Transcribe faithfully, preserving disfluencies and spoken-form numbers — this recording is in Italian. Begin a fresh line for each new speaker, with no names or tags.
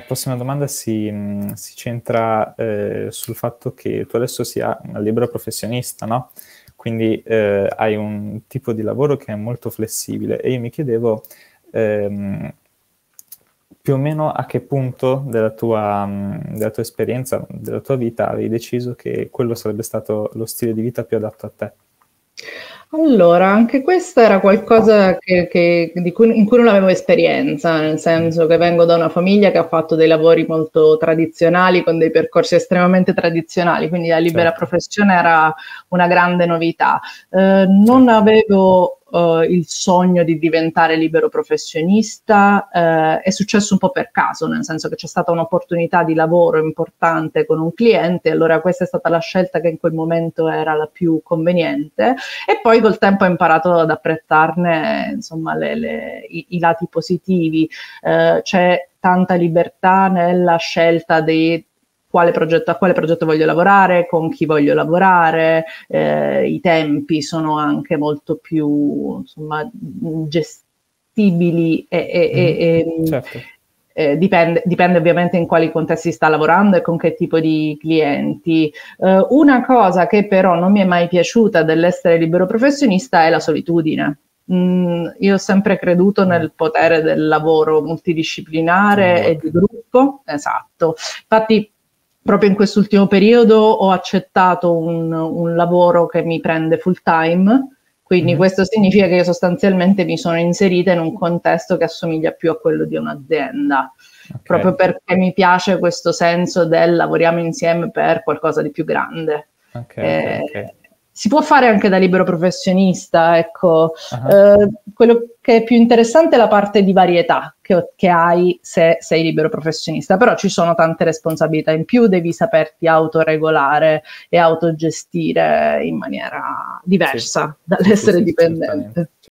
prossima domanda si, mh, si centra eh, sul fatto che tu adesso sia un libero professionista, no? Quindi eh, hai un tipo di lavoro che è molto flessibile e io mi chiedevo ehm, più o meno a che punto della tua, mh, della tua esperienza, della tua vita avevi deciso che quello sarebbe stato lo stile di vita più adatto a te.
Allora, anche questo era qualcosa che, che- di cui- in cui non avevo esperienza, nel senso che vengo da una famiglia che ha fatto dei lavori molto tradizionali, con dei percorsi estremamente tradizionali, quindi la libera
Certo,
professione era una grande novità. Eh, non
certo.
avevo eh, il sogno di diventare libero professionista, eh, è successo un po' per caso, nel senso che c'è stata un'opportunità di lavoro importante con un cliente, allora questa è stata la scelta che in quel momento era la più conveniente. E poi col tempo ho imparato ad apprezzarne, insomma, le- le- i, i lati positivi. Eh, c'è tanta libertà nella scelta di quale progetto, a quale progetto voglio lavorare, con chi voglio lavorare, eh, i tempi sono anche molto più, insomma, gestibili e, e-
Mhm.
e- e,
Certo.
eh, dipende, dipende ovviamente in quali contesti sta lavorando e con che tipo di clienti. Uh, una cosa che però non mi è mai piaciuta dell'essere libero professionista è la solitudine. Mm, io ho sempre creduto
Mm.
nel potere del lavoro multidisciplinare e di
Teamwork.
gruppo, esatto. Infatti, proprio in quest'ultimo periodo ho accettato un, un lavoro che mi prende full time, quindi
Mhm.
questo significa che io sostanzialmente mi sono inserita in un contesto che assomiglia più a quello di un'azienda,
Ok,
proprio perché mi piace questo senso del lavoriamo insieme per qualcosa di più grande.
ok, ok,
Eh,
ok.
si può fare anche da libero professionista, ecco.
Ah,
Eh, quello che è più interessante è la parte di varietà che, che hai se sei libero professionista, però ci sono tante responsabilità in più, devi saperti autoregolare e autogestire in maniera
sì,
diversa
sì, sì,
dall'essere
sì, certamente.
dipendente.